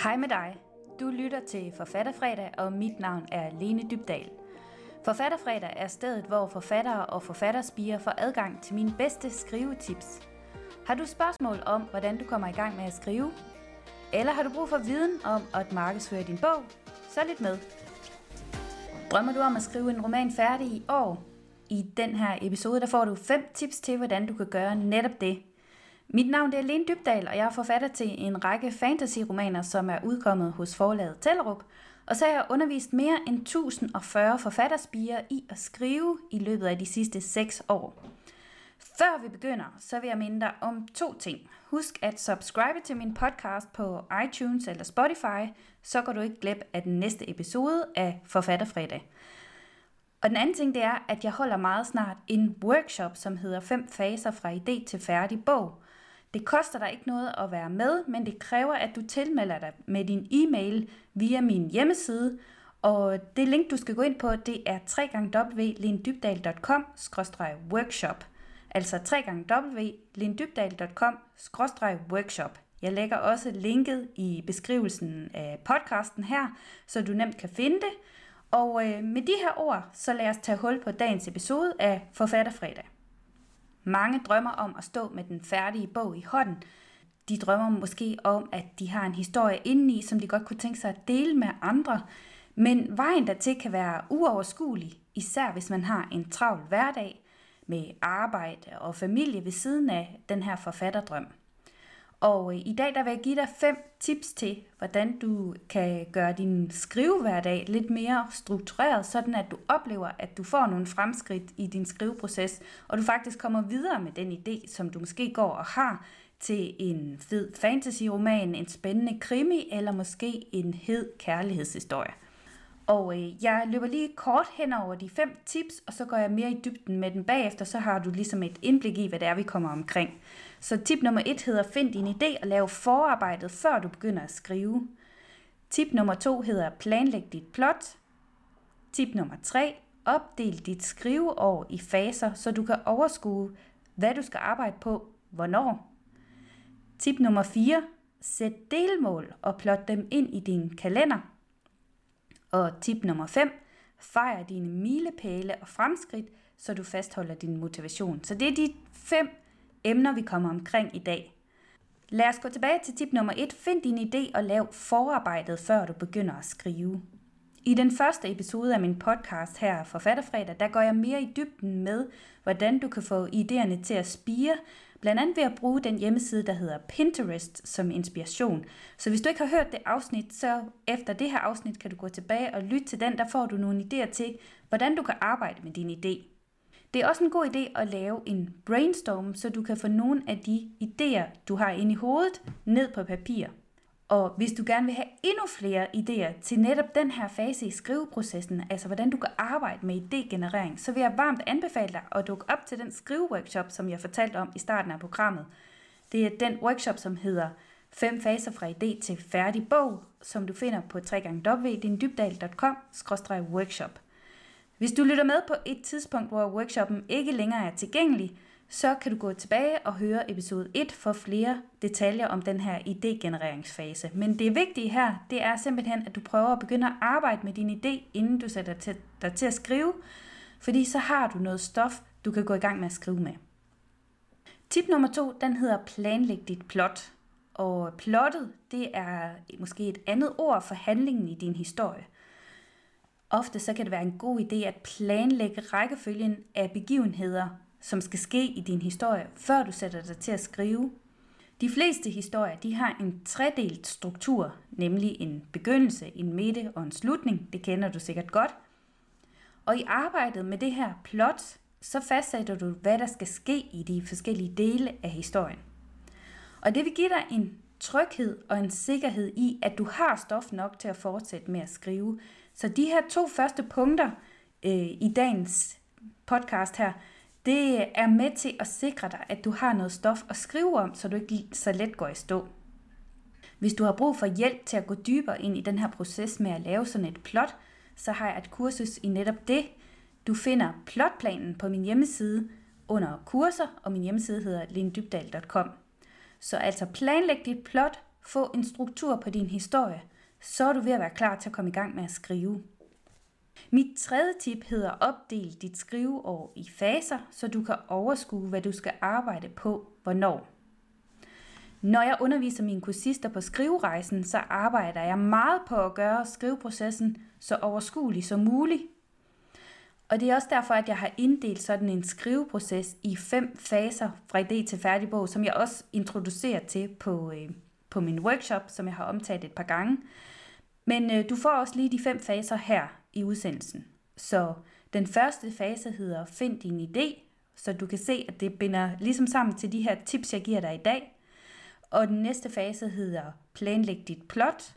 Hej med dig. Du lytter til Forfatterfredag, og mit navn er Lene Dybdahl. Forfatterfredag er stedet, hvor forfattere og forfatterspirer får adgang til mine bedste skrivetips. Har du spørgsmål om, hvordan du kommer i gang med at skrive? Eller har du brug for viden om at markedsføre din bog? Så lidt med. Drømmer du om at skrive en roman færdig i år? I den her episode der får du 5 tips til, hvordan du kan gøre netop det. Mit navn er Lene Dybdahl, og jeg er forfatter til en række fantasy-romaner, som er udkommet hos forlaget Tellerup. Og så har jeg undervist mere end 1040 forfatterspirer i at skrive i løbet af de sidste 6 år. Før vi begynder, så vil jeg minde dig om 2 ting. Husk at subscribe til min podcast på iTunes eller Spotify, så går du ikke glip af den næste episode af Forfatterfredag. Og den anden ting det er, at jeg holder meget snart en workshop, som hedder 5 faser fra idé til færdig bog. Det koster dig ikke noget at være med, men det kræver, at du tilmelder dig med din e-mail via min hjemmeside. Og det link, du skal gå ind på, det er www.lendybdahl.com/workshop. Altså www.lendybdahl.com/workshop. Jeg lægger også linket i beskrivelsen af podcasten her, så du nemt kan finde det. Og med de her ord, så lad os tage hul på dagens episode af Forfatterfredag. Mange drømmer om at stå med den færdige bog i hånden. De drømmer måske om, at de har en historie indeni, som de godt kunne tænke sig at dele med andre. Men vejen dertil kan være uoverskuelig, især hvis man har en travl hverdag med arbejde og familie ved siden af den her forfatterdrøm. Og i dag der vil jeg give dig 5 tips til, hvordan du kan gøre din skrivehverdag lidt mere struktureret, sådan at du oplever, at du får nogle fremskridt i din skriveproces, og du faktisk kommer videre med den idé, som du måske går og har til en fed fantasy-roman, en spændende krimi eller måske en hed kærlighedshistorie. Og jeg løber lige kort hen over de 5 tips, og så går jeg mere i dybden med den bagefter, så har du ligesom et indblik i, hvad det er, vi kommer omkring. Så tip nummer 1 hedder, find din idé og lav forarbejdet, før du begynder at skrive. Tip nummer 2 hedder, planlæg dit plot. Tip nummer 3, opdel dit skriveår i faser, så du kan overskue, hvad du skal arbejde på, hvornår. Tip nummer 4, sæt delmål og plot dem ind i din kalender. Og tip nummer 5, fejr dine milepæle og fremskridt, så du fastholder din motivation. Så det er de 5 emner, vi kommer omkring i dag. Lad os gå tilbage til tip nummer 1. Find din idé og lav forarbejdet, før du begynder at skrive. I den første episode af min podcast her, Forfatterfredag, der går jeg mere i dybden med, hvordan du kan få idéerne til at spire, blandt andet ved at bruge den hjemmeside, der hedder Pinterest som inspiration. Så hvis du ikke har hørt det afsnit, så efter det her afsnit kan du gå tilbage og lytte til den, der får du nogle idéer til, hvordan du kan arbejde med din idé. Det er også en god idé at lave en brainstorm, så du kan få nogle af de idéer, du har inde i hovedet, ned på papir. Og hvis du gerne vil have endnu flere idéer til netop den her fase i skriveprocessen, altså hvordan du kan arbejde med idégenerering, så vil jeg varmt anbefale dig at dukke op til den skriveworkshop, som jeg fortalte om i starten af programmet. Det er den workshop, som hedder 5 faser fra idé til færdig bog, som du finder på www.lendybdahl.com/workshop. Hvis du lytter med på et tidspunkt, hvor workshoppen ikke længere er tilgængelig, så kan du gå tilbage og høre episode 1 for flere detaljer om den her idégenereringsfase. Men det vigtige her, det er simpelthen, at du prøver at begynde at arbejde med din idé, inden du sætter dig til at skrive, fordi så har du noget stof, du kan gå i gang med at skrive med. Tip nummer 2, den hedder planlæg dit plot. Og plottet, det er måske et andet ord for handlingen i din historie. Ofte så kan det være en god idé at planlægge rækkefølgen af begivenheder, som skal ske i din historie, før du sætter dig til at skrive. De fleste historier, de har en tredelt struktur, nemlig en begyndelse, en midte og en slutning. Det kender du sikkert godt. Og i arbejdet med det her plot, så fastsætter du, hvad der skal ske i de forskellige dele af historien. Og det vil give dig en tryghed og en sikkerhed i, at du har stof nok til at fortsætte med at skrive. Så de her 2 første punkter i dagens podcast her, det er med til at sikre dig, at du har noget stof at skrive om, så du ikke så let går i stå. Hvis du har brug for hjælp til at gå dybere ind i den her proces med at lave sådan et plot, så har jeg et kursus i netop det. Du finder plotplanen på min hjemmeside under kurser, og min hjemmeside hedder lendybdahl.com. Så altså planlæg dit plot, få en struktur på din historie, så er du ved at være klar til at komme i gang med at skrive. Mit tredje tip hedder opdel dit skriveår i faser, så du kan overskue, hvad du skal arbejde på, hvornår. Når jeg underviser mine kursister på skriverejsen, så arbejder jeg meget på at gøre skriveprocessen så overskuelig som muligt. Og det er også derfor, at jeg har inddelt sådan en skriveproces i 5 faser fra idé til færdig bog, som jeg også introducerer til på min workshop, som jeg har omtalt et par gange. Men du får også lige de 5 faser her i udsendelsen. Så den første fase hedder Find din idé, så du kan se, at det binder ligesom sammen til de her tips, jeg giver dig i dag. Og den næste fase hedder Planlæg dit plot.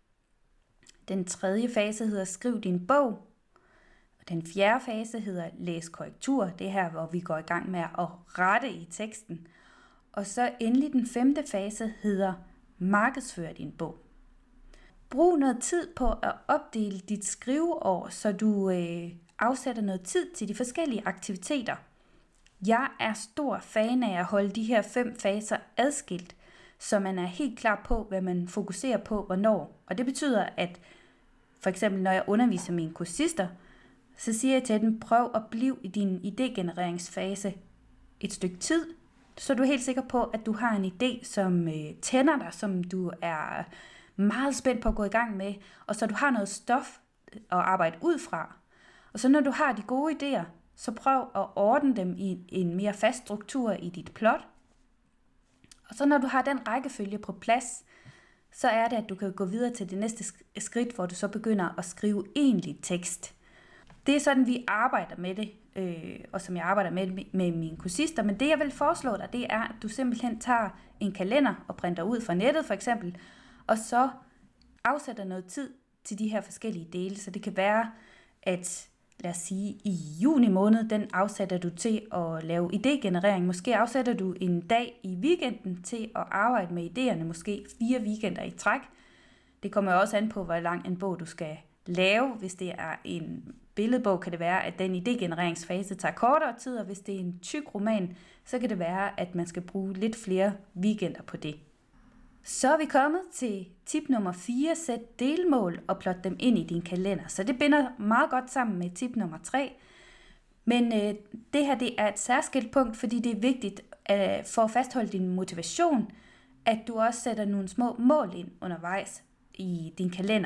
Den tredje fase hedder Skriv din bog. Og den fjerde fase hedder Læs korrektur. Det er her, hvor vi går i gang med at rette i teksten. Og så endelig den 5. fase hedder Markedsfør din bog. Brug noget tid på at opdele dit skriveår, så du afsætter noget tid til de forskellige aktiviteter. Jeg er stor fan af at holde de her 5 faser adskilt, så man er helt klar på, hvad man fokuserer på, hvornår. Og det betyder, at for eksempel når jeg underviser mine kursister, så siger jeg til dem, prøv at blive i din idégenereringsfase et stykke tid, så du er helt sikker på, at du har en idé, som tænder dig, som du er meget spændt på at gå i gang med, og så du har noget stof at arbejde ud fra. Og så når du har de gode idéer, så prøv at ordne dem i en mere fast struktur i dit plot. Og så når du har den rækkefølge på plads, så er det, at du kan gå videre til det næste skridt, hvor du så begynder at skrive egentlig tekst. Det er sådan, vi arbejder med det, og som jeg arbejder med mine kursister. Men det, jeg vil foreslå dig, det er, at du simpelthen tager en kalender og printer ud fra nettet for eksempel, og så afsætter noget tid til de her forskellige dele. Så det kan være, at lad os sige, i juni måned, den afsætter du til at lave idégenerering. Måske afsætter du en dag i weekenden til at arbejde med idéerne, måske 4 weekender i træk. Det kommer også an på, hvor lang en bog du skal lave. Hvis det er en billedbog, kan det være, at den idégenereringsfase tager kortere tid, og hvis det er en tyk roman, så kan det være, at man skal bruge lidt flere weekender på det. Så er vi kommet til tip nummer 4, sæt delmål og plot dem ind i din kalender. Så det binder meget godt sammen med tip nummer 3. Men det her det er et særskilt punkt, fordi det er vigtigt for at fastholde din motivation, at du også sætter nogle små mål ind undervejs i din kalender.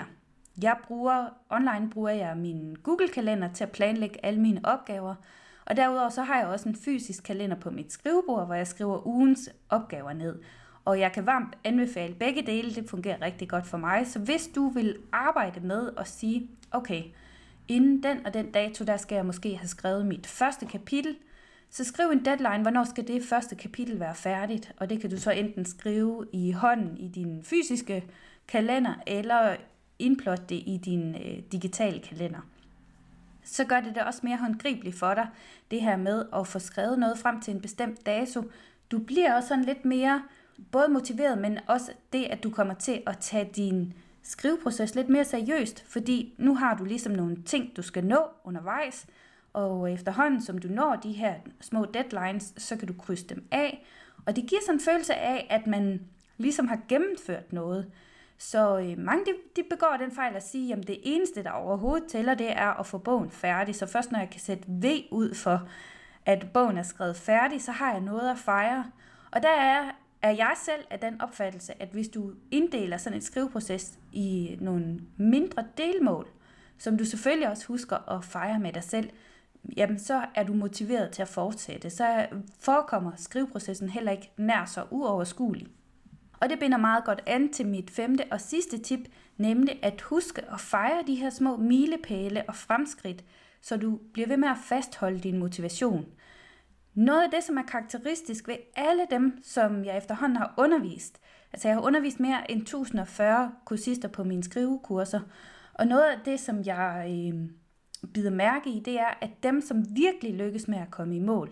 Online bruger jeg min Google-kalender til at planlægge alle mine opgaver, og derudover så har jeg også en fysisk kalender på mit skrivebord, hvor jeg skriver ugens opgaver ned. Og jeg kan varmt anbefale begge dele, det fungerer rigtig godt for mig. Så hvis du vil arbejde med at sige, okay, inden den og den dato, der skal jeg måske have skrevet mit første kapitel, så skriv en deadline, hvornår skal det første kapitel være færdigt. Og det kan du så enten skrive i hånden i din fysiske kalender, eller indplotte det i din digitale kalender. Så gør det også mere håndgribeligt for dig, det her med at få skrevet noget frem til en bestemt dato. Du bliver også sådan lidt mere både motiveret, men også det, at du kommer til at tage din skriveproces lidt mere seriøst, fordi nu har du ligesom nogle ting, du skal nå undervejs, og efterhånden, som du når de her små deadlines, så kan du krydse dem af, og det giver sådan en følelse af, at man ligesom har gennemført noget. Så mange de begår den fejl at sige, at det eneste, der overhovedet tæller, det er at få bogen færdig. Så først når jeg kan sætte V ud for, at bogen er skrevet færdig, så har jeg noget at fejre. Og der er jeg selv af den opfattelse, at hvis du inddeler sådan et skriveproces i nogle mindre delmål, som du selvfølgelig også husker at fejre med dig selv, jamen så er du motiveret til at fortsætte. Så forekommer skriveprocessen heller ikke nær så uoverskuelig. Og det binder meget godt an til mit 5. og sidste tip, nemlig at huske at fejre de her små milepæle og fremskridt, så du bliver ved med at fastholde din motivation. Noget af det, som er karakteristisk ved alle dem, som jeg efterhånden har undervist, altså jeg har undervist mere end 1040 kursister på mine skrivekurser, og noget af det, som jeg bider mærke i, det er, at dem, som virkelig lykkes med at komme i mål,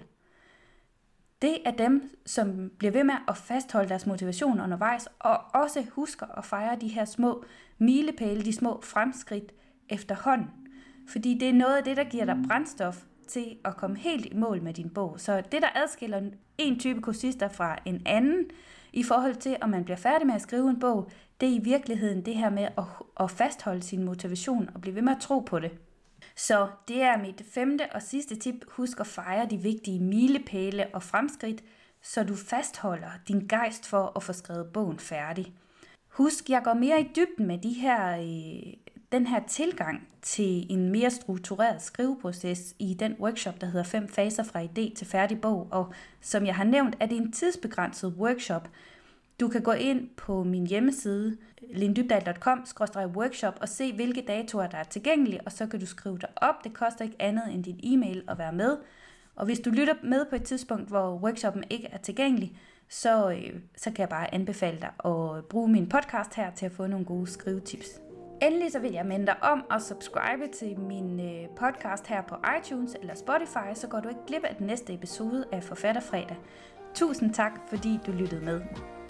det er dem, som bliver ved med at fastholde deres motivation undervejs, og også husker at fejre de her små milepæle, de små fremskridt efterhånden. Fordi det er noget af det, der giver dig brændstof til at komme helt i mål med din bog. Så det, der adskiller en type kursister fra en anden, i forhold til, om man bliver færdig med at skrive en bog, det er i virkeligheden det her med at fastholde sin motivation og blive ved med at tro på det. Så det er mit 5. og sidste tip. Husk at fejre de vigtige milepæle og fremskridt, så du fastholder din gejst for at få skrevet bogen færdig. Husk, jeg går mere i dybden med den her tilgang til en mere struktureret skriveproces i den workshop, der hedder 5 faser fra idé til færdig bog. Og som jeg har nævnt, er det en tidsbegrænset workshop. Du kan gå ind på min hjemmeside, lindybdal.com/workshop og se, hvilke datoer der er tilgængelige, og så kan du skrive dig op. Det koster ikke andet end din e-mail at være med. Og hvis du lytter med på et tidspunkt, hvor workshoppen ikke er tilgængelig, så kan jeg bare anbefale dig at bruge min podcast her til at få nogle gode skrivetips. Endelig så vil jeg minde dig om at subscribe til min podcast her på iTunes eller Spotify, så går du ikke glip af den næste episode af Forfatterfredag. Tusind tak, fordi du lyttede med.